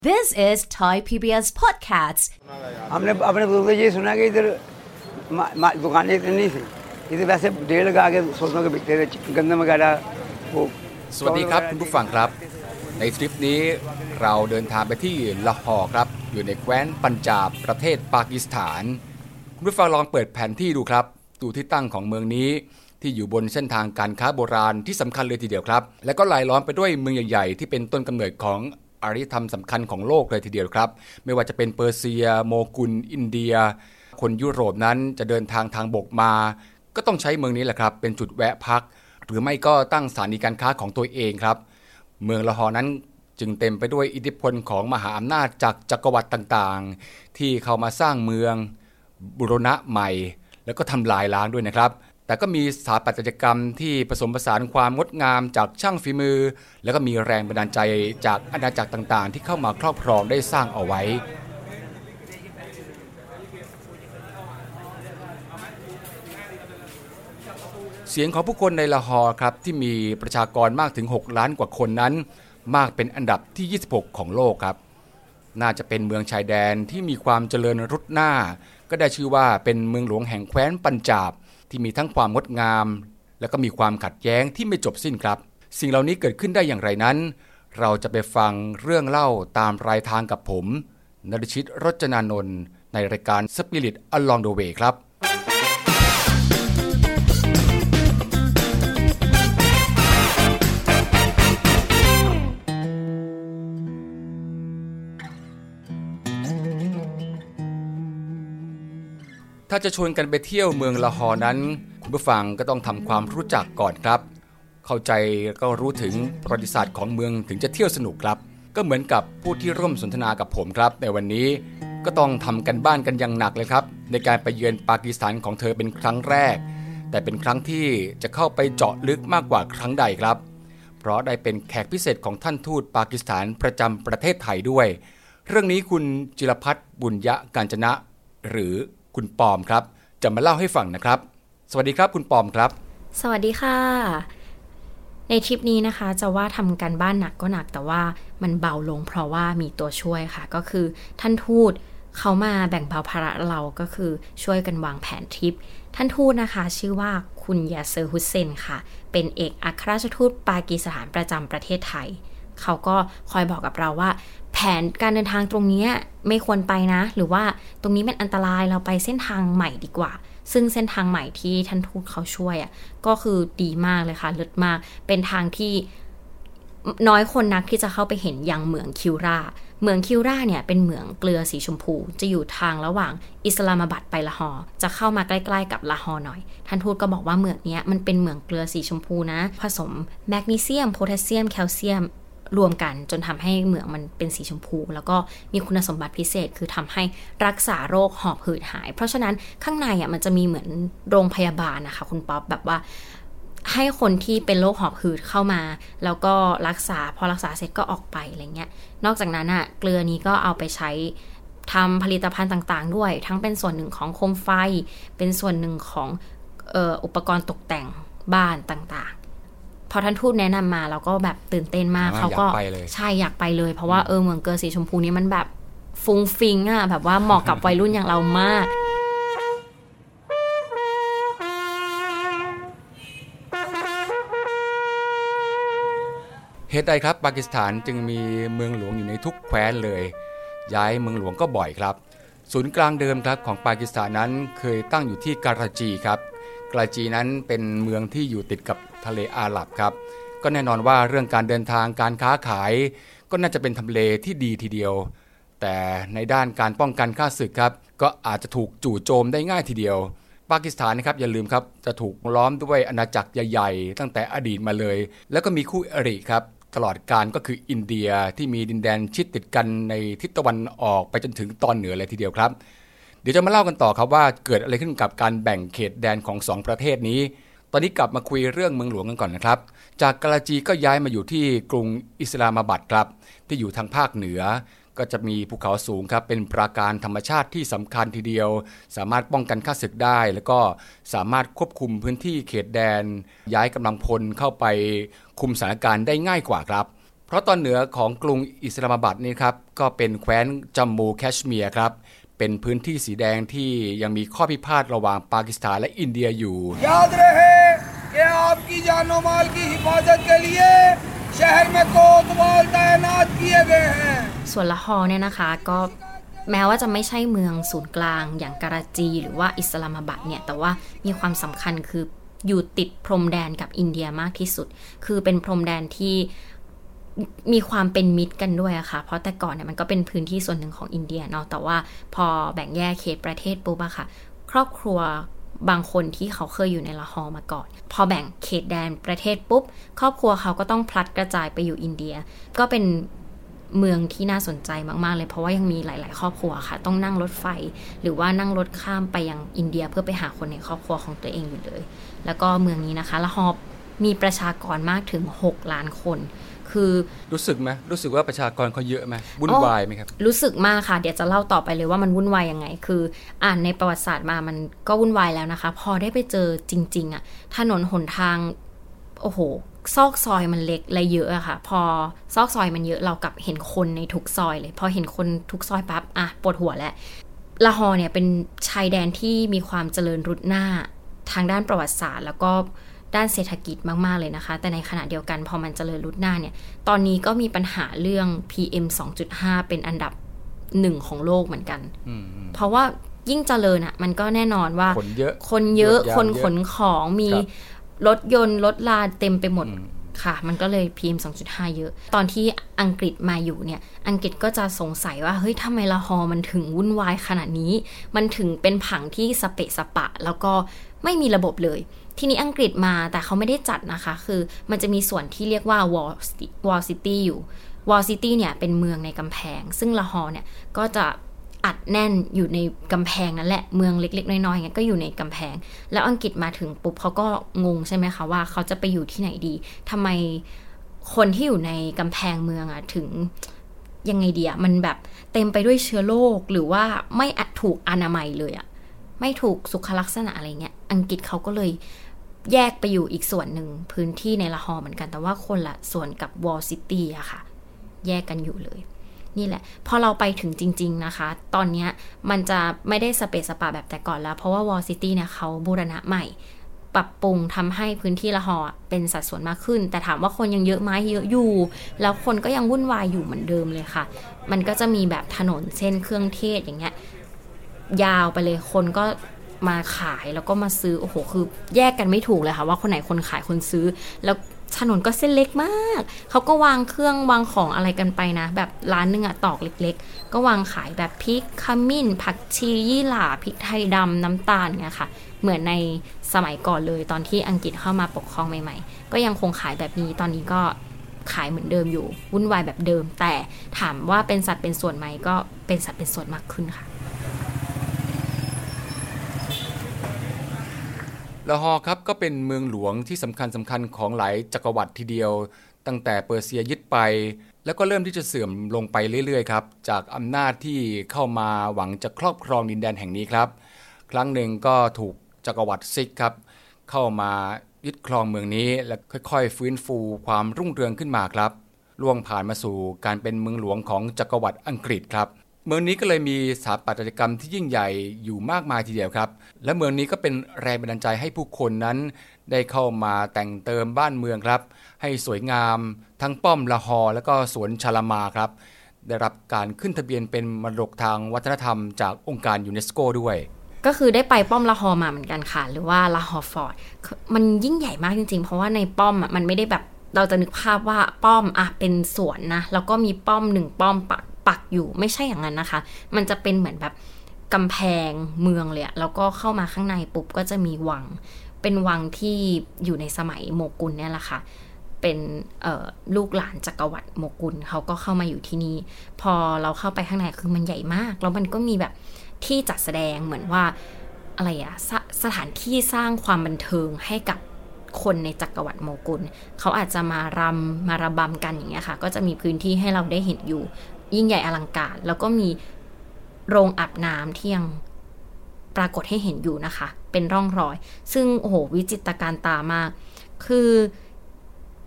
This is Thai PBS Podcast. हमने अपने बुजुर्ग से ये सुना कि इधर दुकानें इतनी नहीं थी इधर वैसे ढेर लगा के सोचों के बिकते थे गंदम वगैरह वो สวัสดีครับคุณผู้ฟังครับในทริปนี้เราเดินทางไปที่ละหอร์ครับอยู่ในแคว้นปัญจาบประเทศปากีสถานคุณผู้ฟังลองเปิดแผนที่ดูครับดูที่ตั้งของเมืองนี้ที่อยู่บนเส้นทางการค้าโบราณที่สำคัญเลยทีเดียวครับและก็รายล้อมไปด้วยเมืองใหญ่ๆที่เป็นต้นกำเนิดของอารยธรรมสำคัญของโลกเลยทีเดียวครับไม่ว่าจะเป็นเปอร์เซียโมกุลอินเดียคนยุโรปนั้นจะเดินทางบกมาก็ต้องใช้เมืองนี้แหละครับเป็นจุดแวะพักหรือไม่ก็ตั้งสถานีการค้าของตัวเองครับเมืองละหอร์นั้นจึงเต็มไปด้วยอิทธิพลของมหาอำนาจจากจักรวรรดิต่างๆที่เข้ามาสร้างเมืองบูรณะใหม่แล้วก็ทำลายล้างด้วยนะครับแต่ก็มีสถาปัตยกรรมที่ผสมผสานความงดงามจากช่างฝีมือแล้วก็มีแรงบันดาลใจจากอาณาจักรต่างๆที่เข้ามาครอบครองได้สร้างเอาไว้เสียงของผู้คนในละหอร์ครับที่มีประชากรมากถึง6ล้านกว่าคนนั้นมากเป็นอันดับที่26ของโลกครับน่าจะเป็นเมืองชายแดนที่มีความเจริญรุดหน้าก็ได้ชื่อว่าเป็นเมืองหลวงแห่งแคว้นปัญจาบที่มีทั้งความงดงามและก็มีความขัดแย้งที่ไม่จบสิ้นครับสิ่งเหล่านี้เกิดขึ้นได้อย่างไรนั้นเราจะไปฟังเรื่องเล่าตามรายทางกับผมนฤชิต รจนานนท์ในรายการ Spirit Along the Way ครับถ้าจะชวนกันไปเที่ยวเมืองละหอร์นั้นคุณผู้ฟังก็ต้องทำความรู้จักก่อนครับเข้าใจก็รู้ถึงประวัติศาสตร์ของเมืองถึงจะเที่ยวสนุกครับก็เหมือนกับผู้ที่ร่วมสนทนากับผมครับในวันนี้ก็ต้องทำกันบ้านกันอย่างหนักเลยครับในการไปเยือนปากีสถานของเธอเป็นครั้งแรกแต่เป็นครั้งที่จะเข้าไปเจาะลึกมากกว่าครั้งใดครับเพราะได้เป็นแขกพิเศษของท่านทูตปากีสถานประจำประเทศไทยด้วยเรื่องนี้คุณจิรพัฒน์บุญยะกาญจนะหรือคุณปอมครับจะมาเล่าให้ฟังนะครับสวัสดีครับคุณปอมครับสวัสดีค่ะในทริปนี้นะคะจะว่าทำการบ้านหนักก็หนักแต่ว่ามันเบาลงเพราะว่ามีตัวช่วยค่ะก็คือท่านทูตเขามาแบ่งเบาภาระเราก็คือช่วยกันวางแผนทริปท่านทูตนะคะชื่อว่าคุณยาเซอร์ฮุสเซนค่ะเป็นเอกอัครราชทูตปากีสถานประจำประเทศไทยเขาก็คอยบอกกับเราว่าแผนการเดินทางตรงนี้ไม่ควรไปนะหรือว่าตรงนี้เป็นอันตรายเราไปเส้นทางใหม่ดีกว่าซึ่งเส้นทางใหม่ที่ท่านทูตเขาช่วยก็คือดีมากเลยค่ะเลิศมากเป็นทางที่น้อยคนนักที่จะเข้าไปเห็นอย่างเหมืองคิวราเหมืองคิวราเนี่ยเป็นเหมืองเกลือสีชมพูจะอยู่ทางระหว่างอิสลามาบัดไปละหอร์จะเข้ามาใกล้ๆกับละหอร์หน่อยท่านทูตก็บอกว่าเหมืองนี้มันเป็นเหมืองเกลือสีชมพูนะผสมแมกนีเซียมโพแทสเซียมแคลเซียมรวมกันจนทำให้เหมืองมันเป็นสีชมพูแล้วก็มีคุณสมบัติพิเศษคือทำให้รักษาโรคหอบหืดหายเพราะฉะนั้นข้างในมันจะมีเหมือนโรงพยาบาลนะคะคุณป๊อปแบบว่าให้คนที่เป็นโรคหอบหืดเข้ามาแล้วก็รักษาพอรักษาเสร็จก็ออกไปอะไรเงี้ยนอกจากนั้นเกลือนี้ก็เอาไปใช้ทำผลิตภัณฑ์ต่างๆด้วยทั้งเป็นส่วนหนึ่งของโคมไฟเป็นส่วนหนึ่งของอุปกรณ์ตกแต่งบ้านต่างๆพอท่านทูตแนะนำมาเราก็แบบตื่นเต้นมากเขาก็ใช่อยากไปเลยเพราะว่าเมืองเกลือสีชมพูนี้มันแบบฟุ้งฟิ้งแบบว่าเหมาะกับวัยรุ่นอย่างเรามากเหตุใดครับปากีสถานจึงมีเมืองหลวงอยู่ในทุกแคว้นเลยย้ายเมืองหลวงก็บ่อยครับศูนย์กลางเดิมครับของปากีสถานนั้นเคยตั้งอยู่ที่การาจีครับกราจีนั้นเป็นเมืองที่อยู่ติดกับทะเลอาหรับครับก็แน่นอนว่าเรื่องการเดินทางการค้าขายก็น่าจะเป็นทำเลที่ดีทีเดียวแต่ในด้านการป้องกันข้าศึกครับก็อาจจะถูกจู่โจมได้ง่ายทีเดียวปากีสถานนะครับอย่าลืมครับจะถูกล้อมด้วยอาณาจักรใหญ่ๆตั้งแต่อดีตมาเลยแล้วก็มีคู่อริครับตลอดกาลก็คืออินเดียที่มีดินแดนชิดติดกันในทิศตะวันออกไปจนถึงตอนเหนือเลยทีเดียวครับเดี๋ยวจะมาเล่ากันต่อครับว่าเกิดอะไรขึ้นกับการแบ่งเขตแดนของ2ประเทศนี้ตอนนี้กลับมาคุยเรื่องเมืองหลวงกันก่อนนะครับจากกราจีก็ย้ายมาอยู่ที่กรุงอิสลามาบัดครับที่อยู่ทางภาคเหนือก็จะมีภูเขาสูงครับเป็นปราการธรรมชาติที่สำคัญทีเดียวสามารถป้องกันข้าศึกได้แล้วก็สามารถควบคุมพื้นที่เขตแดนย้ายกำลังพลเข้าไปคุมสถานการณ์ได้ง่ายกว่าครับเพราะตอนเหนือของกรุงอิสลามบัดนี่ครับก็เป็นแคว้นจัมมูแคชเมียร์ครับเป็นพื้นที่สีแดงที่ยังมีข้อพิพาทระหว่างปากีสถานและอินเดียอยู่ยาดรเฮकि आपकी जान और माल की हिफाजत के लिए शहर में कोतवाल तैनात किए गए हैंส่วนละฮอร์เนี่ยนะคะก็แม้ว่าจะไม่ใช่เมืองศูนย์กลางอย่างการาจีหรือว่าอิสลามบัดเนี่ยแต่ว่ามีความสำคัญคืออยู่ติดพรมแดนกับอินเดียมากที่สุดคือเป็นพรมแดนที่มีความเป็นมิตรกันด้วยอะค่ะเพราะแต่ก่อนเนี่ยมันก็เป็นพื้นที่ส่วนหนึ่งของอินเดียเนาะแต่ว่าพอแบ่งแยกเขตประเทศปุ๊บอะค่ะครอบครัวบางคนที่เขาเคยอยู่ในละฮอร์มาก่อนพอแบ่งเขตแดนประเทศปุ๊บครอบครัวเขาก็ต้องพลัดกระจายไปอยู่อินเดียก็เป็นเมืองที่น่าสนใจมากๆเลยเพราะว่ายังมีหลายๆครอบครัวค่ะต้องนั่งรถไฟหรือว่านั่งรถข้ามไปยังอินเดียเพื่อไปหาคนในครอบครัวของตัวเองอยู่เลยแล้วก็เมืองนี้นะคะละฮอร์มีประชากรมากถึง6 ล้านคนคือรู้สึกไหมรู้สึกว่าประชากรเขาเยอะไหมวุ่นวายไหมครับรู้สึกมากค่ะเดี๋ยวจะเล่าต่อไปเลยว่ามันวุ่นวายยังไงคืออ่านในประวัติศาสตร์มามันก็วุ่นวายแล้วนะคะพอได้ไปเจอจริงๆอ่ะถนนหนทางโอ้โหซอกซอยมันเล็กและเยอะอะค่ะพอซอกซอยมันเยอะเรากลับเห็นคนในทุกซอยเลยพอเห็นคนทุกซอยปั๊บอ่ะปวดหัวแล้วละฮอร์เนี่ยเป็นชายแดนที่มีความเจริญรุดหน้าทางด้านประวัติศาสตร์แล้วก็ด้านเศรษฐกิจมากๆเลยนะคะแต่ในขณะเดียวกันพอมันเจริญรุดหน้าเนี่ยตอนนี้ก็มีปัญหาเรื่อง PM 2.5 เป็นอันดับ1ของโลกเหมือนกันเพราะว่ายิ่งเจริญอ่ะมันก็แน่นอนว่าคนเยอะคนขนของมีรถยนต์รถลาเต็มไปหมดค่ะมันก็เลย PM 2.5 เยอะตอนที่อังกฤษมาอยู่เนี่ยอังกฤษก็จะสงสัยว่าเฮ้ยทำไมละฮอร์มันถึงวุ่นวายขนาดนี้มันถึงเป็นผังที่สเปะสปะแล้วก็ไม่มีระบบเลยทีนี้อังกฤษมาแต่เขาไม่ได้จัดนะคะคือมันจะมีส่วนที่เรียกว่า Wall City อยู่ Wall City เนี่ยเป็นเมืองในกำแพงซึ่งละฮอร์เนี่ยก็จะอัดแน่นอยู่ในกำแพงนั่นแหละเมืองเล็กๆน้อยๆอย่างเงี้ยก็อยู่ในกำแพงแล้วอังกฤษมาถึงปุ๊บเขาก็งงใช่ไหมคะว่าเขาจะไปอยู่ที่ไหนดีทำไมคนที่อยู่ในกำแพงเมืองอะถึงยังไงดีอะมันแบบเต็มไปด้วยเชื้อโรคหรือว่าไม่ถูกอนามัยเลยอะไม่ถูกสุขลักษณะอะไรเงี้ยอังกฤษเขาก็เลยแยกไปอยู่อีกส่วนหนึ่งพื้นที่ในละฮอร์เหมือนกันแต่ว่าคนละส่วนกับวอลซิตี้อะค่ะแยกกันอยู่เลยนี่แหละพอเราไปถึงจริงๆนะคะตอนนี้มันจะไม่ได้สเปซสปาแบบแต่ก่อนแล้วเพราะว่าวอลซิตี้เนี่ยเขาบูรณะใหม่ปรับปรุงทำให้พื้นที่ละฮอร์เป็นสัดส่วนมากขึ้นแต่ถามว่าคนยังเยอะไหมเยอะอยู่แล้วคนก็ยังวุ่นวายอยู่เหมือนเดิมเลยค่ะมันก็จะมีแบบถนนเส้นเครื่องเทศอย่างเงี้ยยาวไปเลยคนก็มาขายแล้วก็มาซื้อโอ้โหคือแยกกันไม่ถูกเลยค่ะว่าคนไหนคนขายคนซื้อแล้วถนนก็เส้นเล็กมากเขาก็วางเครื่องวางของอะไรกันไปนะแบบร้านนึงอะตอกเล็กๆก็วางขายแบบพริกขมิ้นผักชียี่หร่าพริกไทยดำน้ำตาลเงี้ยค่ะเหมือนในสมัยก่อนเลยตอนที่อังกฤษเข้ามาปกครองใหม่ๆก็ยังคงขายแบบนี้ตอนนี้ก็ขายเหมือนเดิมอยู่วุ่นวายแบบเดิมแต่ถามว่าเป็นสัตว์เป็นส่วนไหมก็เป็นสัตว์เป็นส่วนมากขึ้นค่ะละฮอร์ครับก็เป็นเมืองหลวงที่สำคัญของหลายจักรวรรดิทีเดียวตั้งแต่เปอร์เซียยึดไปแล้วก็เริ่มที่จะเสื่อมลงไปเรื่อยๆครับจากอำนาจที่เข้ามาหวังจะครอบครองดินแดนแห่งนี้ครับครั้งหนึ่งก็ถูกจักรวรรดิซิกครับเข้ามายึดครองเมืองนี้และค่อยๆฟื้นฟูความรุ่งเรืองขึ้นมาครับล่วงผ่านมาสู่การเป็นเมืองหลวงของจักรวรรดิอังกฤษครับเมืองนี้ก็เลยมีสถาปัตยกรรมที่ยิ่งใหญ่อยู่มากมายทีเดียวครับและเมืองนี้ก็เป็นแรงบันดาลใจให้ผู้คนนั้นได้เข้ามาแต่งเติมบ้านเมืองครับให้สวยงามทั้งป้อมละฮอร์และก็สวนชาลามาครับได้รับการขึ้นทะเบียนเป็นมรดกทางวัฒนธรรมจากองค์การยูเนสโกด้วยก็คือได้ไปป้อมละฮอร์มาเหมือนกันค่ะหรือว่าละฮอร์ฟอร์ดมันยิ่งใหญ่มากจริงๆเพราะว่าในป้อมมันไม่ได้แบบเราจะนึกภาพว่าป้อมเป็นสวนนะแล้วก็มีป้อม1ป้อมปักอยู่ไม่ใช่อย่างนั้นนะคะมันจะเป็นเหมือนแบบกำแพงเมืองเลยแล้วก็เข้ามาข้างในปุ๊บก็จะมีวังเป็นวังที่อยู่ในสมัยโมกุลเนี่ยแหละค่ะเป็นลูกหลานจักรวรรดิโมกุลเขาก็เข้ามาอยู่ที่นี่พอเราเข้าไปข้างในคือมันใหญ่มากแล้วมันก็มีแบบที่จัดแสดงเหมือนว่าอะไรสถานที่สร้างความบันเทิงให้กับคนในจักรวรรดิโมกุลเขาอาจจะมารำระบำกันอย่างเงี้ยค่ะก็จะมีพื้นที่ให้เราได้เห็นอยู่ยิ่งใหญ่อลังการแล้วก็มีโรงอาบน้ำที่ยังปรากฏให้เห็นอยู่นะคะเป็นร่องรอยซึ่งโอ้โหวิจิตรการตามากคือ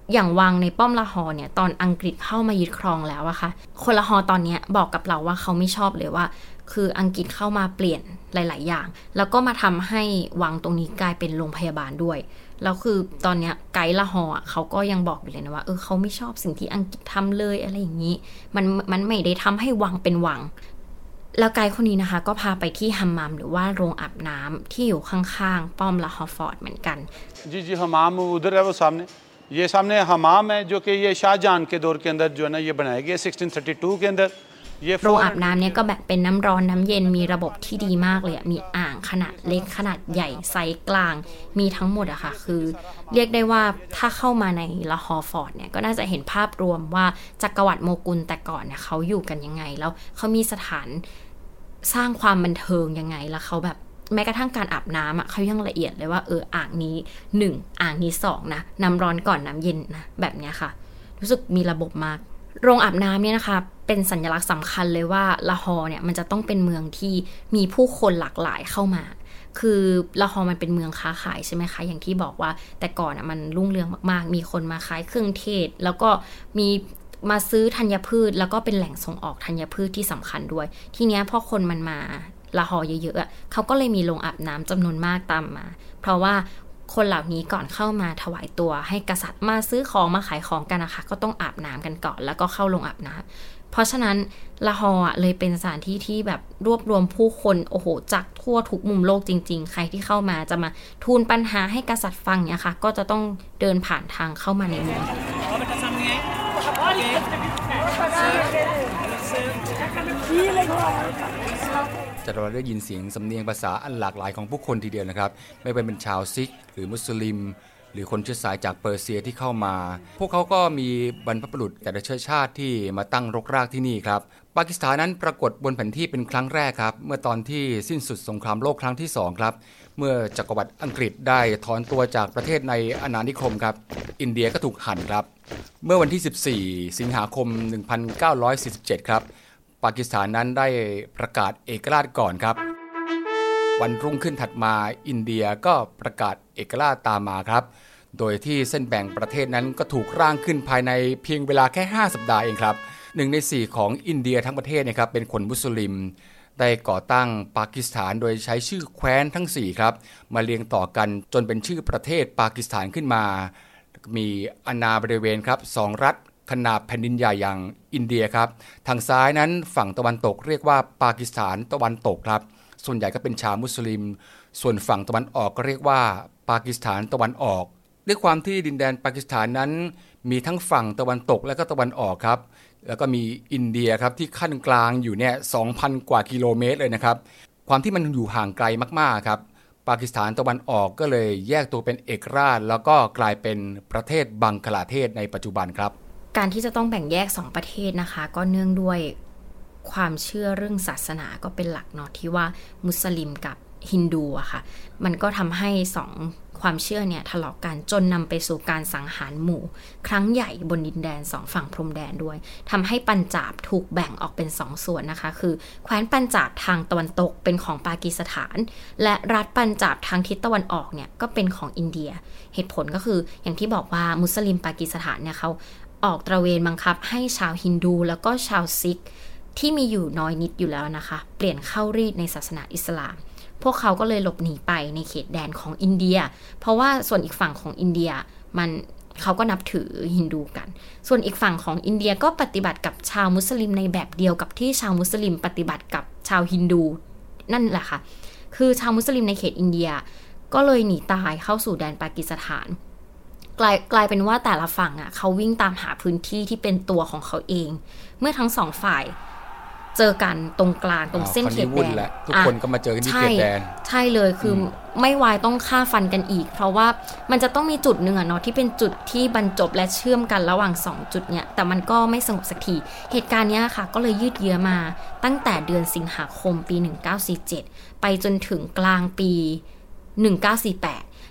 อย่างวังในป้อมละหอเนี่ยตอนอังกฤษเข้ามายึดครองแล้วอะค่ะคนละหอตอนนี้บอกกับเราว่าเขาไม่ชอบเลยว่าคืออังกฤษเข้ามาเปลี่ยนหลายๆอย่างแล้วก็มาทำให้วังตรงนี้กลายเป็นโรงพยาบาลด้วยแล้วคือตอนนี้ไกด์ละหอเขาก็ยังบอกอยู่เลยนะว่าเขาไม่ชอบสิ่งที่อังกฤษทำเลยอะไรอย่างนี้มันไม่ได้ทำให้วังเป็นวังแล้วไกด์คนนี้นะคะก็พาไปที่ฮัมมัมหรือว่าโรงอาบน้ำที่อยู่ข้างๆป้อมละหอฟอร์ดเหมือนกัน जी हमाम उधर है वो सामने ये सामने हमाम है जो कि ये शाहजहां के दौर के अंदर जो है ना ये बनाया गया 1632 के अंदर โรงอาบน้ำเนี่ยก็แบ่งเป็นน้ำร้อนน้ำเย็นมีระบบที่ดีมากเลยมีอ่างขนาดเล็กขนาดใหญ่ไซส์กลางมีทั้งหมดอะค่ะคือเรียกได้ว่าถ้าเข้ามาในละฮอฟอร์ดเนี่ยก็น่าจะเห็นภาพรวมว่าจักรวรรดิโมกุลแต่ก่อนเนี่ยเขาอยู่กันยังไงแล้วเขามีสถานสร้างความบันเทิงยังไงแล้วเขาแบบแม้กระทั่งการอาบน้ำอะเขายังละเอียดเลยว่าอ่างนี้1อ่างนี้2นะน้ำร้อนก่อนน้ำเย็นนะแบบเนี้ยค่ะรู้สึกมีระบบมากโรงอาบน้ำเนี่ยนะคะเป็นสัญลักษณ์สำคัญเลยว่าละฮอเนี่ยมันจะต้องเป็นเมืองที่มีผู้คนหลากหลายเข้ามาคือละฮอมันเป็นเมืองค้าขายใช่ไหมคะอย่างที่บอกว่าแต่ก่อนมันรุ่งเรืองมากๆมีคนมาขายเครื่องเทศแล้วก็มีมาซื้อธัญพืชแล้วก็เป็นแหล่งส่งออกธัญพืชที่สำคัญด้วยทีเนี้ยพอคนมันมาละฮอเยอะๆเขาก็เลยมีโรงอาบน้ำจำนวนมากตามมาเพราะว่าคนเหล่านี้ก่อนเข้ามาถวายตัวให้กษัตริย์มาซื้อของมาขายของกันนะคะก็ต้องอาบน้ำกันก่อนแล้วก็เข้าโรงอาบน้ำเพราะฉะนั้นละฮอเลยเป็นสถานที่ที่แบบรวบรวมผู้คนจากทั่วทุกมุมโลกจริงๆใครที่เข้ามาจะมาทูลปัญหาให้กษัตริย์ฟังเนี่ยค่ะก็จะต้องเดินผ่านทางเข้ามาในเมืองเราได้ยินเสียงสำเนียงภาษาอันหลากหลายของผู้คนทีเดียวนะครับไม่ว่าเป็นชาวซิกหรือมุสลิมหรือคนเชื้อสายจากเปอร์เซียที่เข้ามาพวกเขาก็มีบรรพบุรุษแต่ละเชื้อชาติที่มาตั้งรกรากที่นี่ครับปากีสถานนั้นปรากฏบนแผนที่เป็นครั้งแรกครับเมื่อตอนที่สิ้นสุดสงครามโลกครั้งที่2ครับเมื่อจักรวรรดิอังกฤษได้ถอนตัวจากประเทศในอาณานิคมครับอินเดียก็ถูกหั่นครับเมื่อวันที่14สิงหาคม1947ครับปากีสถานนั้นได้ประกาศเอกราชก่อนครับวันรุ่งขึ้นถัดมาอินเดียก็ประกาศเอกราชตามมาครับโดยที่เส้นแบ่งประเทศนั้นก็ถูกร่างขึ้นภายในเพียงเวลาแค่5สัปดาห์เองครับ1ใน4ของอินเดียทั้งประเทศนะครับเป็นคนมุสลิมได้ก่อตั้งปากีสถานโดยใช้ชื่อแคว้นทั้ง4ครับมาเรียงต่อกันจนเป็นชื่อประเทศปากีสถานขึ้นมามีอาณาบริเวณครับ2รัฐขนาบแผ่นดินใหญ่อย่างอินเดียครับทางซ้ายนั้นฝั่งตะวันตกเรียกว่าปากีสถานตะวันตกครับส่วนใหญ่ก็เป็นชาวมุสลิมส่วนฝั่งตะวันออกก็เรียกว่าปากีสถานตะวันออกด้วยความที่ดินแดนปากีสถานนั้นมีทั้งฝั่งตะวันตกและก็ตะวันออกครับแล้วก็มีอินเดียครับที่ขั้นกลางอยู่เนี่ย 2,000 กว่ากิโลเมตรเลยนะครับความที่มันอยู่ห่างไกลมากๆครับปากีสถานตะวันออกก็เลยแยกตัวเป็นเอกราชแล้วก็กลายเป็นประเทศบังคลาเทศในปัจจุบันครับการที่จะต้องแบ่งแยก2ประเทศนะคะก็เนื่องด้วยความเชื่อเรื่องศาสนาก็เป็นหลักเนาะที่ว่ามุสลิมกับฮินดูอะค่ะมันก็ทำให้2ความเชื่อเนี่ยทะเลาะกันจนนำไปสู่การสังหารหมู่ครั้งใหญ่บนดินแดน2ฝั่งพรมแดนด้วยทำให้ปัญจาบถูกแบ่งออกเป็น2ส่วนนะคะคือแคว้นปัญจาบทางตะวันตกเป็นของปากีสถานและรัฐปัญจาบทางทิศตะวันออกเนี่ยก็เป็นของอินเดียเหตุผลก็คืออย่างที่บอกว่ามุสลิมปากีสถานเนี่ยเขาออกตระเวนบังคับให้ชาวฮินดูแล้วก็ชาวซิกที่มีอยู่น้อยนิดอยู่แล้วนะคะเปลี่ยนเข้ารีดในศาสนาอิสลามพวกเขาก็เลยหลบหนีไปในเขตแดนของอินเดียเพราะว่าส่วนอีกฝั่งของอินเดียเขาก็นับถือฮินดูกันส่วนอีกฝั่งของอินเดียก็ปฏิบัติกับชาวมุสลิมในแบบเดียวกับที่ชาวมุสลิมปฏิบัติกับชาวฮินดูนั่นแหละค่ะคือชาวมุสลิมในเขตอินเดียก็เลยหนีตายเข้าสู่แดนปากีสถานกลายเป็นว่าแต่ละฝั่งเขาวิ่งตามหาพื้นที่ที่เป็นตัวของเขาเองเมื่อทั้ง2ฝ่ายเจอกันตรงกลางตรงเส้นเขตแดนทุกคนก็มาเจอกันที่เขตแดนใช่เลยคือไม่วายต้องฆ่าฟันกันอีกเพราะว่ามันจะต้องมีจุดหนึ่งเนาะที่เป็นจุดที่บรรจบและเชื่อมกันระหว่าง2จุดเนี่ยแต่มันก็ไม่สงบสักทีเหตุการณ์นี้ค่ะก็เลยยืดเยื้อมาตั้งแต่เดือนสิงหาคมปี1947ไปจนถึงกลางปี1948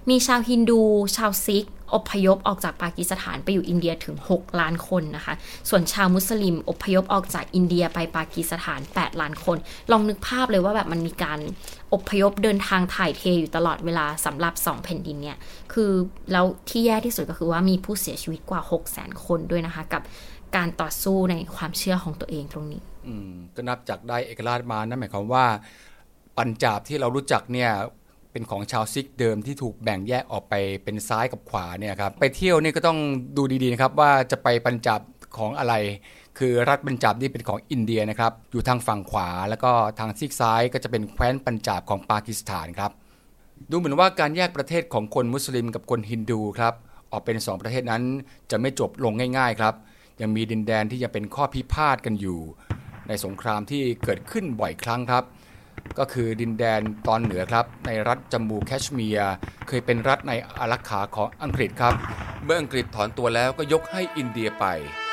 มีชาวฮินดูชาวซิกอพยพออกจากปากีสถานไปอยู่อินเดียถึง6ล้านคนนะคะส่วนชาวมุสลิมอพยพออกจากอินเดียไปปากีสถาน8ล้านคนลองนึกภาพเลยว่าแบบมันมีการอพยพเดินทางถ่ายเทอยู่ตลอดเวลาสำหรับ2แผ่นดินเนี่ยคือแล้วที่แย่ที่สุดก็คือว่ามีผู้เสียชีวิตกว่า 600,000 คนด้วยนะคะกับการต่อสู้ในความเชื่อของตัวเองตรงนี้ก็นับจากได้เอกราชมานั่นหมายความว่าปัญจาบที่เรารู้จักเนี่ยเป็นของชาวซิกเดิมที่ถูกแบ่งแยกออกไปเป็นซ้ายกับขวาเนี่ยครับไปเที่ยวนี่ก็ต้องดูดีๆนะครับว่าจะไปปัญจาบของอะไรคือรัฐปัญจาบนี่เป็นของอินเดียนะครับอยู่ทางฝั่งขวาแล้วก็ทางซีกซ้ายก็จะเป็นแคว้นปัญจาบของปากีสถานครับดูเหมือนว่าการแยกประเทศของคนมุสลิมกับคนฮินดูครับออกเป็น2ประเทศนั้นจะไม่จบลงง่ายๆครับยังมีดินแดนที่ยังเป็นข้อพิพาทกันอยู่ในสงครามที่เกิดขึ้นบ่อยครั้งครับก็คือดินแดนตอนเหนือครับในรัฐจัมมูแคชเมียร์เคยเป็นรัฐในอารักขาของอังกฤษครับเมื่ออังกฤษถอนตัวแล้วก็ยกให้อินเดียไป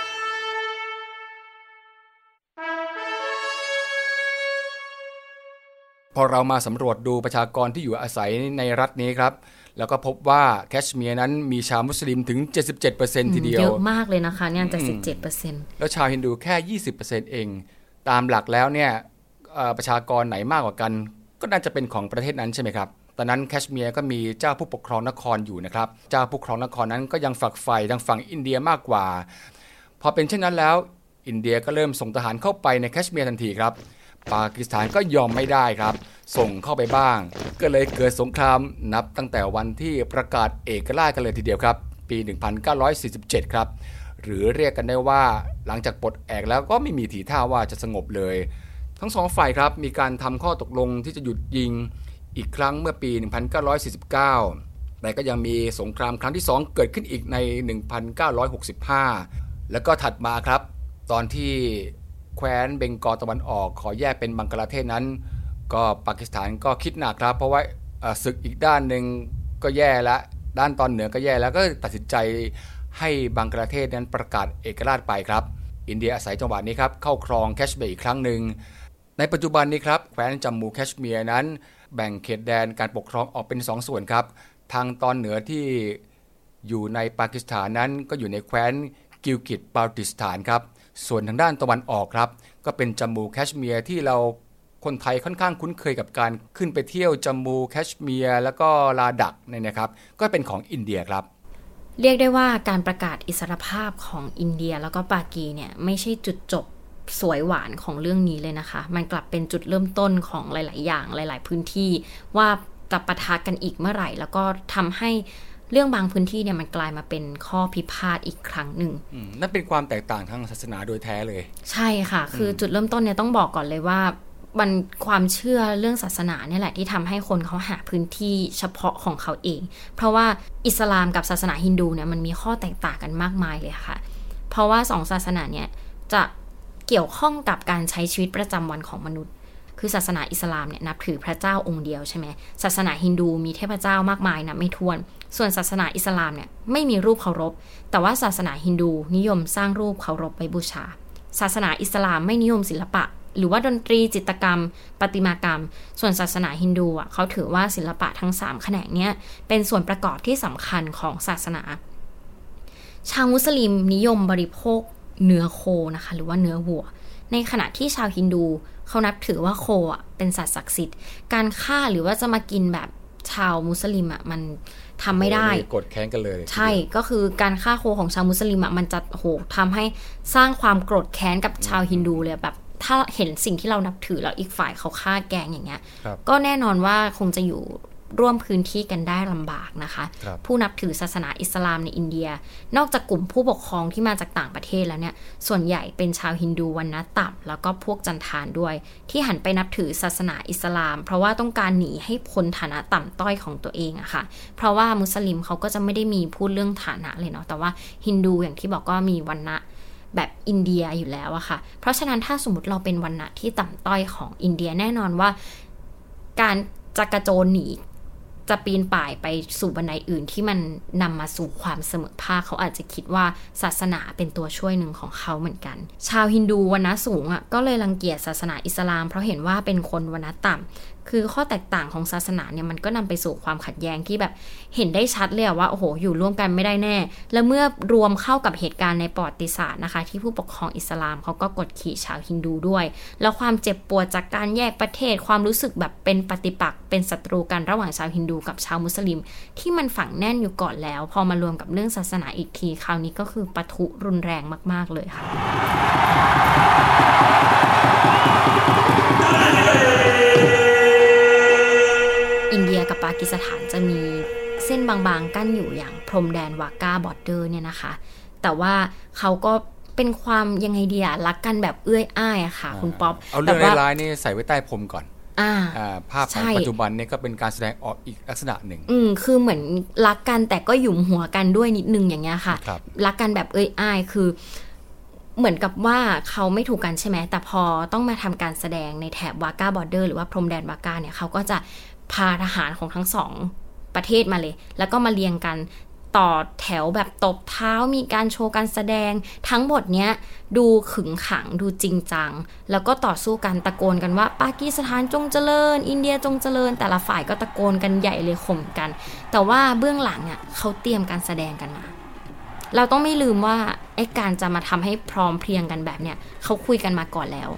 พอเรามาสำรวจดูประชากรที่อยู่อาศัยในรัฐนี้ครับแล้วก็พบว่าแคชเมียร์นั้นมีชาวมุสลิมถึง 77% ทีเดียวเยอะมากเลยนะคะเนี่ย 77% แล้วชาวฮินดูแค่ 20% เองตามหลักแล้วเนี่ยประชากรไหนมากกว่ากันก็น่าจะเป็นของประเทศนั้นใช่ไหมครับตอนนั้นแคชเมียร์ก็มีเจ้าผู้ปกครองนครอยู่นะครับเจ้าผู้ปกครองนครนั้นก็ยังฝักใฝ่ทางฝั่งอินเดียมากกว่าพอเป็นเช่นนั้นแล้วอินเดียก็เริ่มส่งทหารเข้าไปในแคชเมียร์ทันทีครับปากีสถานก็ยอมไม่ได้ครับส่งเข้าไปบ้างก็เลยเกิดสงครามนับตั้งแต่วันที่ประกาศเอกราชกันเลยทีเดียวครับปี 1947 ครับหรือเรียกกันได้ว่าหลังจากปลดแอกแล้วก็ไม่มีทีท่าว่าจะสงบเลยทั้งสองฝ่ายครับมีการทำข้อตกลงที่จะหยุดยิงอีกครั้งเมื่อปี 1949 แต่ก็ยังมีสงครามครั้งที่2เกิดขึ้นอีกใน 1965 แล้วก็ถัดมาครับตอนที่แคว้นเบงกอลตะวันออกขอแยกเป็นบังกลาเทศนั้นก็ปากีสถานก็คิดหนักครับเพราะว่าศึกอีกด้านหนึ่งก็แย่แล้วด้านตอนเหนือก็แย่แล้วก็ตัดสินใจให้บังกลาเทศนั้นประกาศเอกราชไปครับอินเดียอาศัยจังหวะนี้ครับเข้าครองแคชเมียร์อีกครั้งหนึ่งในปัจจุบันนี้ครับแคว้นจัมมูแคชเมียร์นั้นแบ่งเขตแดนการปกครองออกเป็น2ส่วนครับทางตอนเหนือที่อยู่ในปากีสถานนั้นก็อยู่ในแคว้นกิลกิตบัลติสถานครับส่วนทางด้านตะวันออกครับก็เป็นจัมมูแคชเมียร์ที่เราคนไทยค่อนข้างคุ้นเคยกับการขึ้นไปเที่ยวจัมมูแคชเมียร์แล้วก็ลาดักเนี่ยนะครับก็เป็นของอินเดียครับเรียกได้ว่าการประกาศอิสรภาพของอินเดียแล้วก็ปากีเนี่ยไม่ใช่จุดจบสวยหวานของเรื่องนี้เลยนะคะมันกลับเป็นจุดเริ่มต้นของหลายๆอย่างหลายๆพื้นที่ว่าจะปะทะกันอีกเมื่อไหร่แล้วก็ทำให้เรื่องบางพื้นที่เนี่ยมันกลายมาเป็นข้อพิพาทอีกครั้งหนึ่งนั่นเป็นความแตกต่างทางศาสนาโดยแท้เลยใช่ค่ะคือจุดเริ่มต้นเนี่ยต้องบอกก่อนเลยว่ามันความเชื่อเรื่องศาสนาเนี่ยแหละที่ทำให้คนเขาหาพื้นที่เฉพาะของเขาเองเพราะว่าอิสลามกับศาสนาฮินดูเนี่ยมันมีข้อแตกต่างกันมากมายเลยค่ะเพราะว่า2ศาสนาเนี่ยจะเกี่ยวข้องกับการใช้ชีวิตประจำวันของมนุษย์คือศาสนาอิสลามเนี่ยนับถือพระเจ้าองค์เดียวใช่ไหมศาสนาฮินดูมีเทพเจ้ามากมายนับไม่ถ้วนส่วนศาสนาอิสลามเนี่ยไม่มีรูปเคารพแต่ว่าศาสนาฮินดูนิยมสร้างรูปเคารพไว้บูชาศาสนาอิสลามไม่นิยมศิลปะหรือว่าดนตรีจิตรกรรมประติมากรรมส่วนศาสนาฮินดูเขาถือว่าศิลปะทั้ง3แขนงเนี้ยเป็นส่วนประกอบที่สำคัญของศาสนาชาวมุสลิมนิยมบริโภคเนื้อโคนะคะหรือว่าเนื้อวัวในขณะที่ชาวฮินดูเขานับถือว่าโคเป็นสัตว์ศักดิ์สิทธิ์การฆ่าหรือว่าจะมากินแบบชาวมุสลิมมันทำไม่ได้กดแค้นกันเลยใช่ก็คือการฆ่าโคของชาวมุสลิมมันจะทำให้สร้างความโกรธแค้นกับชาวฮินดูเลยแบบถ้าเห็นสิ่งที่เรานับถือแล้วอีกฝ่ายเขาฆ่าแกงอย่างเงี้ยก็แน่นอนว่าคงจะอยู่ร่วมพื้นที่กันได้ลำบากนะคะผู้นับถือศาสนาอิสลามในอินเดียนอกจากกลุ่มผู้ปกครองที่มาจากต่างประเทศแล้วเนี่ยส่วนใหญ่เป็นชาวฮินดูวรรณะต่ำแล้วก็พวกจันทานด้วยที่หันไปนับถือศาสนาอิสลามเพราะว่าต้องการหนีให้พ้นฐานะต่ำต้อยของตัวเองอะค่ะเพราะว่ามุสลิมเขาก็จะไม่ได้มีพูดเรื่องฐานะเลยเนาะแต่ว่าฮินดูอย่างที่บอกก็มีวรรณะแบบอินเดียอยู่แล้วอะค่ะเพราะฉะนั้นถ้าสมมติเราเป็นวรรณะที่ต่ำต้อยของอินเดียแน่นอนว่าการจะกระโจนหนีจะปีนป่ายไปสู่บันไดอื่นที่มันนำมาสู่ความเสมอภาคเขาอาจจะคิดว่าศาสนาเป็นตัวช่วยหนึ่งของเขาเหมือนกันชาวฮินดูวรรณะสูงก็เลยรังเกียจศาสนาอิสลามเพราะเห็นว่าเป็นคนวรรณะต่ำคือข้อแตกต่างของศาสนาเนี่ยมันก็นำไปสู่ความขัดแย้งที่แบบเห็นได้ชัดเลยว่าโอ้โหอยู่ร่วมกันไม่ได้แน่แล้วเมื่อรวมเข้ากับเหตุการณ์ในประวัติศาสตร์นะคะที่ผู้ปกครองอิสลามเขาก็กดขี่ชาวฮินดูด้วยแล้วความเจ็บปวดจากการแยกประเทศความรู้สึกแบบเป็นปฏิปักษ์เป็นศัตรูกันระหว่างชาวฮินดูกับชาวมุสลิมที่มันฝังแน่นอยู่ก่อนแล้วพอมารวมกับเรื่องศาสนาอีกทีคราวนี้ก็คือปะทุรุนแรงมากๆเลยค่ะอินเดียกับปากีสถานจะมีเส้นบางๆกั้นอยู่อย่างพรมแดนวาก้าบอร์เดอร์เนี่ยนะคะแต่ว่าเขาก็เป็นความยังไงดีอะรักกันแบบเอื้อยอ้ายอะค่ะคุณป๊อปเอาเรื่องร้ายๆนี่ใส่ไว้ใต้พรมก่อนภาพของปัจจุบันเนี่ยก็เป็นการแสดงออกอีกลักษณะหนึ่งคือเหมือนรักกันแต่ก็หยุมหัวกันด้วยนิดนึงอย่างเงี้ยค่ะรักกันแบบเอื้อยอ้ายคือเหมือนกับว่าเขาไม่ถูกกันใช่ไหมแต่พอต้องมาทำการแสดงในแถบวาก้าบอร์เดอร์หรือว่าพรมแดนวาก้าเนี่ยเขาก็จะพาทหารของทั้งสองประเทศมาเลยแล้วก็มาเรียงกันต่อแถวแบบตบเท้ามีการโชว์การแสดงทั้งหมดเนี้ยดูขึงขังดูจริงจังแล้วก็ต่อสู้กันตะโกนกันว่าปากีสถานจงเจริญอินเดียจงเจริญแต่ละฝ่ายก็ตะโกนกันใหญ่เลยข่มกันแต่ว่าเบื้องหลังอ่ะเขาเตรียมการแสดงกันมาเราต้องไม่ลืมว่าไอ้การจะมาทำให้พร้อมเพรียงกันแบบเนี้ยเขาคุยกันมาก่อนแล้ว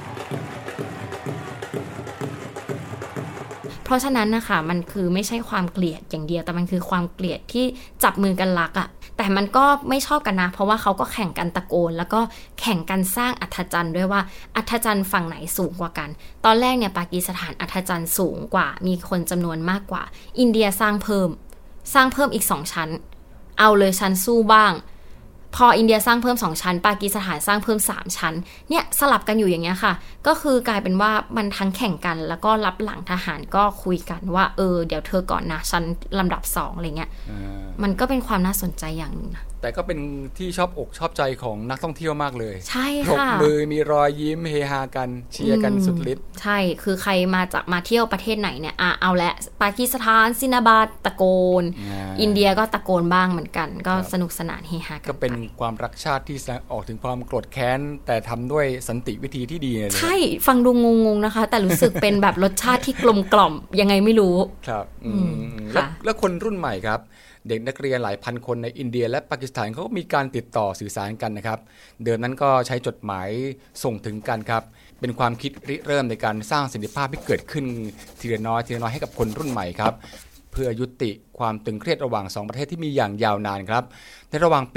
เพราะฉะนั้นนะคะมันคือไม่ใช่ความเกลียดอย่างเดียวแต่มันคือความเกลียดที่จับมือกันรักอ่ะแต่มันก็ไม่ชอบกันนะเพราะว่าเขาก็แข่งกันตะโกนแล้วก็แข่งกันสร้างอัฐจันทร์ด้วยว่าอัฐจันทร์ฝั่งไหนสูงกว่ากันตอนแรกเนี่ยปากีสถานอัฐจันทร์สูงกว่ามีคนจำนวนมากกว่าอินเดียสร้างเพิ่มอีก2ชั้นเอาเลยชั้นสู้บ้างพออินเดียสร้างเพิ่ม2ชั้นปากีสถานสร้างเพิ่ม3ชั้นเนี่ยสลับกันอยู่อย่างเงี้ยค่ะก็คือกลายเป็นว่ามันทั้งแข่งกันแล้วก็รับหลังทหารก็คุยกันว่าเดี๋ยวเธอก่อนนะชั้นลำดับ2อะไรเงี้ยมันก็เป็นความน่าสนใจอย่างนึงนะแต่ก็เป็นที่ชอบอกชอบใจของนักท่องเที่ยวมากเลยใช่ค่ะปรบมือมีรอยยิ้มเฮฮากันเชียร์กันสุดฤทธิ์ใช่คือใครมาเที่ยวประเทศไหนเนี่ยเอาละปากีสถานซินาบาดตะโกนอินเดียก็ตะโกนบ้างเหมือนกันก็สนุกสนานเฮฮากันก็เป็นความรักชาติที่แสดงออกถึงความโกรธแค้นแต่ทำด้วยสันติวิธีที่ดีเลยใช่ฟังดูงงๆนะคะแต่รู้สึกเป็นแบบรสชาติที่กลมกล่อมยังไงไม่รู้ครับแล้วคนรุ่นใหม่ครับเด็กนักเรียนหลายพันคนในอินเดียและปากีสถานเขาก็มีการติดต่อสื่อสารกันนะครับเดิมนั้นก็ใช้จดหมายส่งถึงกันครับเป็นความคิดริเริ่มในการสร้างสันติภาพที่เกิดขึ้นทีละน้อยให้กับคนรุ่นใหม่ครับเพื่อยุติความตึงเครียดระหว่าง2ประเทศที่มีอย่างยาวนานครับในระหว่างปี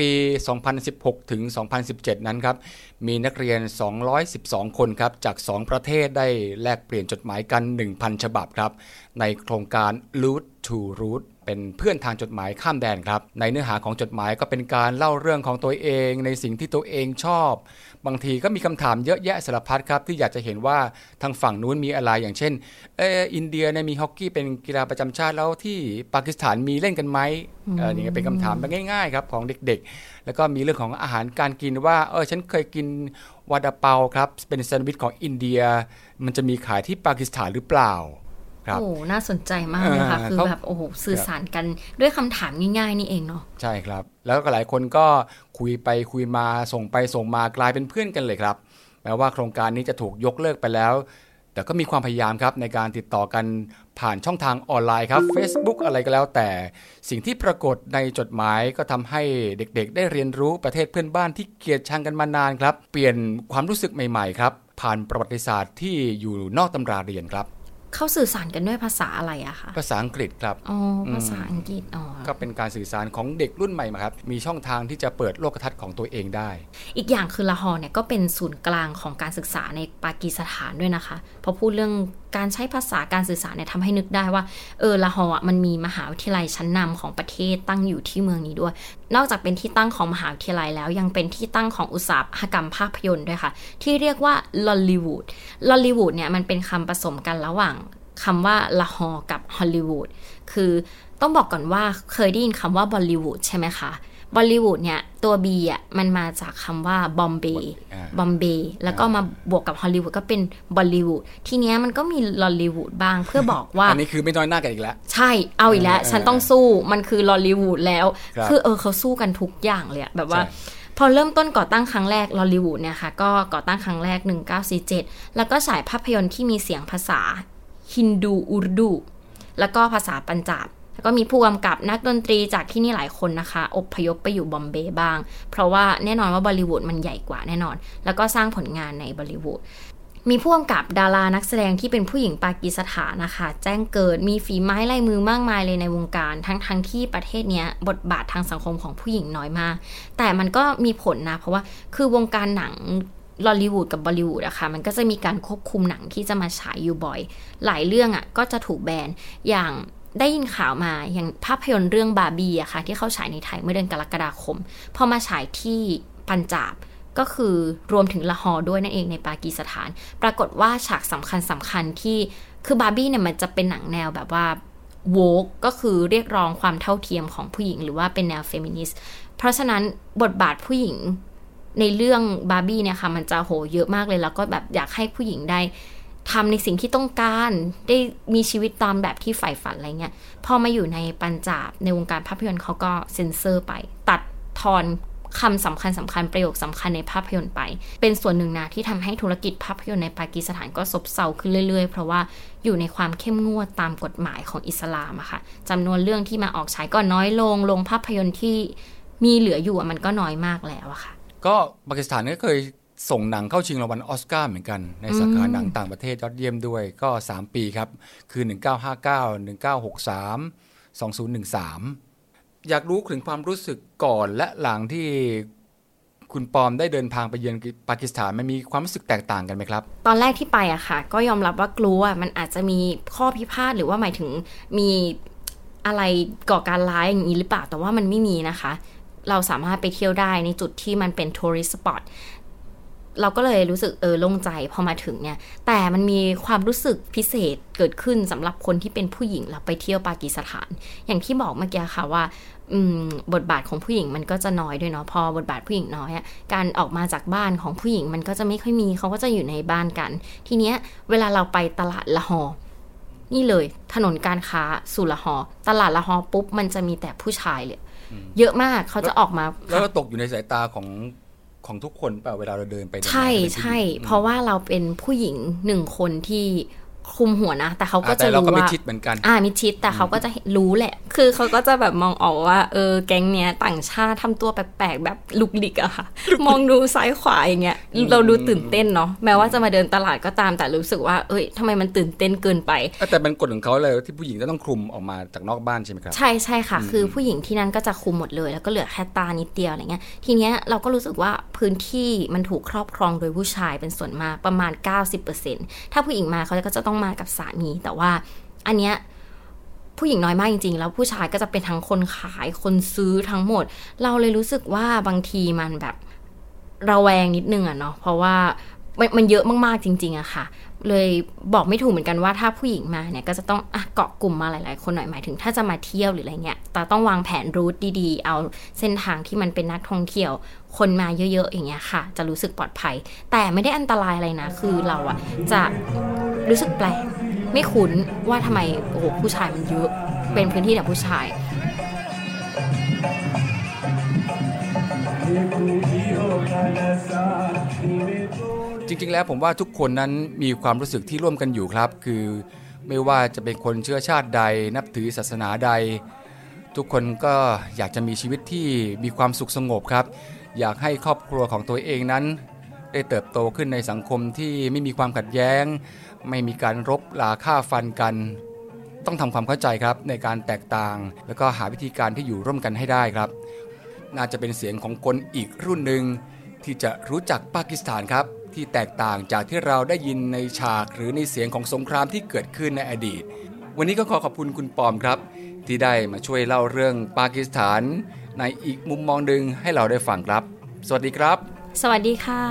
2016 ถึง 2017 นั้นครับมีนักเรียน 212 คนครับจาก2ประเทศได้แลกเปลี่ยนจดหมายกัน 1,000 ฉบับครับในโครงการ Root to Root เป็นเพื่อนทางจดหมายข้ามแดนครับในเนื้อหาของจดหมายก็เป็นการเล่าเรื่องของตัวเองในสิ่งที่ตัวเองชอบบางทีก็มีคำถามเยอะแยะสารพัดครับที่อยากจะเห็นว่าทางฝั่งนู้นมีอะไรอย่างเช่นอินเดียเนี่ยมีฮอกกี้เป็นกีฬาประจำชาติแล้วที่ปากีสถานมีเล่นกันไหมนี่เป็นคำถามแบบง่ายๆครับของเด็กๆแล้วก็มีเรื่องของอาหารการกินว่าฉันเคยกินวาดาเปาครับเป็นแซนด์วิชของอินเดียมันจะมีขายที่ปากีสถานหรือเปล่าโอ้น่าสนใจมากเลยค่ะคือแบบโอ้โหสื่อสารกันด้วยคำถามง่ายๆนี่เองเนาะใช่ครับแล้วก็หลายคนก็คุยไปคุยมาส่งไปส่งมากลายเป็นเพื่อนกันเลยครับแม้ว่าโครงการนี้จะถูกยกเลิกไปแล้วแต่ก็มีความพยายามครับในการติดต่อกันผ่านช่องทางออนไลน์ครับ Facebook อะไรก็แล้วแต่สิ่งที่ปรากฏในจดหมายก็ทำให้เด็กๆได้เรียนรู้ประเทศเพื่อนบ้านที่เกลียดชังกันมานานครับเปลี่ยนความรู้สึกใหม่ๆครับผ่านประวัติศาสตร์ที่อยู่นอกตำราเรียนครับเขาสื่อสารกันด้วยภาษาอะไรอะคะภาษาอังกฤษครับภาษาอังกฤษก็เป็นการสื่อสารของเด็กรุ่นใหม่ครับมีช่องทางที่จะเปิดโลกทัศน์ของตัวเองได้อีกอย่างคือละฮอร์เนี่ยก็เป็นศูนย์กลางของการศึกษาในปากีสถานด้วยนะคะพอพูดเรื่องการใช้ภาษาการสื่อสารเนี่ยทำให้นึกได้ว่าละฮอร์มันมีมหาวิทยาลัยชั้นนำของประเทศตั้งอยู่ที่เมืองนี้ด้วยนอกจากเป็นที่ตั้งของมหาวิทยาลัยแล้วยังเป็นที่ตั้งของอุตสาหกรรมภาพยนตร์ด้วยค่ะที่เรียกว่าลอลลีวูดเนี่ยมันเป็นคำผสมกันระหว่างคำว่าละฮอร์กับฮอลลีวูดคือต้องบอกก่อนว่าเคยได้ยินคำว่าบอลลีวูดใช่ไหมคะบอลลีวูดเนี่ยตัว B อ่ะมันมาจากคำว่าบอมเบย์แล้วก็มาบวกกับฮอลลีวูดก็เป็นบอลลีวูดทีเนี้ยมันก็มีลอลลีวูดบ้างเพื่อบอกว่าอันนี้คือไม่น้อยหน้ากันอีกแล้วใช่เอาอีกแล้วฉันต้องสู้มันคือลอลลีวูดแล้วคือเขาสู้กันทุกอย่างเลยแบบว่าพอเริ่มต้นก่อตั้งครั้งแรกลอลลีวูดเนี่ยค่ะก็ก่อตั้งครั้งแรก1947แล้วก็ฉายภาพยนตร์ที่มีเสียงภาษาฮินดูอุรดูแล้วก็ภาษาปัญจาบแล้วก็มีผู้กำกับนักดนตรีจากที่นี่หลายคนนะคะอพยพไปอยู่บอมเบย์บ้างเพราะว่าแน่นอนว่าบอลลีวูดมันใหญ่กว่าแน่นอนแล้วก็สร้างผลงานในบอลลีวูดมีผู้กำกับดารานักแสดงที่เป็นผู้หญิงปากีสถานนะคะแจ้งเกิดมีฝีไม้ลายมือมากมายเลยในวงการทั้งที่ประเทศนี้บทบาททางสังคมของผู้หญิงน้อยมากแต่มันก็มีผลนะเพราะว่าคือวงการหนังลอลลีวูดกับบอลลีวูดอะค่ะมันก็จะมีการควบคุมหนังที่จะมาฉายอยู่บ่อยหลายเรื่องอะก็จะถูกแบนอย่างได้ยินข่าวมาอย่างภาพยนตร์เรื่องบาร์บี้อะค่ะที่เข้าฉายในไทยเมื่อเดือนกรกฎาคมพอมาฉายที่ปัญจาบก็คือรวมถึงละฮอร์ด้วยนั่นเองในปากีสถานปรากฏว่าฉากสำคัญที่คือบาร์บี้เนี่ยมันจะเป็นหนังแนวแบบว่าโวกก็คือเรียกร้องความเท่าเทียมของผู้หญิงหรือว่าเป็นแนวเฟมินิสต์เพราะฉะนั้นบทบาทผู้หญิงในเรื่องบาร์บี้เนี่ยค่ะมันจะโหเยอะมากเลยแล้วก็แบบอยากให้ผู้หญิงได้ทำในสิ่งที่ต้องการได้มีชีวิตตามแบบที่ใฝ่ฝันอะไรเงี้ยพอมาอยู่ในปัญจาบในวงการภาพยนตร์เขาก็เซ็นเซอร์ไปตัดทอนคำสำคัญประโยคสำคัญในภาพยนตร์ไปเป็นส่วนหนึ่งนะที่ทำให้ธุรกิจภาพยนตร์ในปากีสถานก็ซบเซาขึ้นเรื่อยๆเพราะว่าอยู่ในความเข้มงวดตามกฎหมายของอิสลามอะค่ะจำนวนเรื่องที่มาออกฉายก็น้อยลงภาพยนตร์ที่มีเหลืออยู่มันก็น้อยมากแล้วอะค่ะก็ปากีสถานก็เคยส่งหนังเข้าชิงรางวัลออสการ์เหมือนกันในสาขาหนังต่างประเทศยอดเยี่ยมด้วยก็3ปีครับคือ1959 1963 2013อยากรู้ถึงความรู้สึกก่อนและหลังที่คุณปอมได้เดินทางไปเยือนปากีสถานมันมีความรู้สึกแตกต่างกันไหมครับตอนแรกที่ไปอะค่ะก็ยอมรับว่ากลัวมันอาจจะมีข้อพิพาทหรือว่าหมายถึงมีอะไรก่อการร้ายอย่างนี้หรือเปล่าแต่ว่ามันไม่มีนะคะเราสามารถไปเที่ยวได้ในจุดที่มันเป็นทัวริสต์สปอตเราก็เลยรู้สึกโล่งใจพอมาถึงเนี่ยแต่มันมีความรู้สึกพิเศษเกิดขึ้นสำหรับคนที่เป็นผู้หญิงแล้วไปเที่ยวปากีสถานอย่างที่บอกเมื่อกี้ค่ะว่าบทบาทของผู้หญิงมันก็จะน้อยด้วยเนาะพอบทบาทผู้หญิงน้อยอะการออกมาจากบ้านของผู้หญิงมันก็จะไม่ค่อยมีเขาก็จะอยู่ในบ้านกันทีเนี้ยเวลาเราไปตลาดละฮอนี่เลยถนนการค้าสุละฮอตลาดละฮอปุ๊บมันจะมีแต่ผู้ชายเลยเยอะมากเขาจะออกมาแล้วก็ตกอยู่ในสายตาของทุกคนเปล่าเวลาเราเดินไปใช่เพราะว่าเราเป็นผู้หญิง1คนที่คุมหัวนะแต่เขาก็จะรู้ว่ามิดชิดเหมือนกันมิดชิดแต่เขาก็จะรู้แหละคือเขาก็จะแบบมองออกว่าแก๊งเนี้ยต่างชาติทำตัวแปลกๆแบบลุกลิกอะค่ะ มองดูซ้ายขวาอย่างเงี้ยเราดูตื่นเต้นเนาะแม้ว่าจะมาเดินตลาดก็ตามแต่รู้สึกว่าทำไมมันตื่นเต้นเกินไปแต่เป็นกฎของเขาเลยที่ผู้หญิงจะต้องคลุมออกมาจากนอกบ้านใช่ไหมครับใช่ค่ะคือผู้หญิงที่นั่นก็จะคลุมหมดเลยแล้วก็เหลือแค่ตานิดเดียวอะไรเงี้ยทีเนี้ยเราก็รู้สึกว่าพื้นที่มันถูกครอบครองโดยผู้ชายเป็นส่วนมากประมาณ 90% ถ้าผู้หญิงมาเขาก็จะต้องมากับสามีแต่ว่าอันเนี้ยผู้หญิงน้อยมากจริงๆแล้วผู้ชายก็จะเป็นทั้งคนขายคนซื้อทั้งหมดเราเลยรู้สึกว่าบางทีมันแบบระแวงนิดนึงอะเนาะเพราะว่ามันเยอะมากๆจริงๆอะค่ะเลยบอกไม่ถูกเหมือนกันว่าถ้าผู้หญิงมาเนี่ยก็จะต้องเกาะกลุ่มมาหลายๆคนหน่อยหมายถึงถ้าจะมาเที่ยวหรืออะไรเงี้ยแต่ต้องวางแผนรูทดีๆเอาเส้นทางที่มันเป็นนักท่องเที่ยวคนมาเยอะๆอย่างเงี้ยค่ะจะรู้สึกปลอดภัยแต่ไม่ได้อันตรายอะไรนะคือเราอะจะรู้สึกแปลกไม่คุ้นว่าทำไมผู้ชายมันเยอะเป็นพื้นที่แต่ผู้ชายจริงๆแล้วผมว่าทุกคนนั้นมีความรู้สึกที่ร่วมกันอยู่ครับคือไม่ว่าจะเป็นคนเชื้อชาติใดนับถือศาสนาใดทุกคนก็อยากจะมีชีวิตที่มีความสุขสงบครับอยากให้ครอบครัวของตัวเองนั้นได้เติบโตขึ้นในสังคมที่ไม่มีความขัดแย้งไม่มีการรบราฆ่าฟันกันต้องทำความเข้าใจครับในการแตกต่างแล้วก็หาวิธีการที่อยู่ร่วมกันให้ได้ครับน่าจะเป็นเสียงของคนอีกรุ่นหนึ่งที่จะรู้จักปากีสถานครับที่แตกต่างจากที่เราได้ยินในฉากหรือในเสียงของสงครามที่เกิดขึ้นในอดีตวันนี้ก็ขอบคุณคุณปอมครับที่ได้มาช่วยเล่าเรื่องปากีสถานในอีกมุมมองหนึ่งให้เราได้ฟังครับสวัสดีครับสวัสดีค่ะ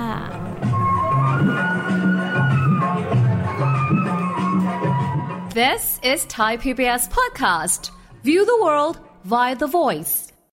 This is Thai PBS podcast. View the world via the voice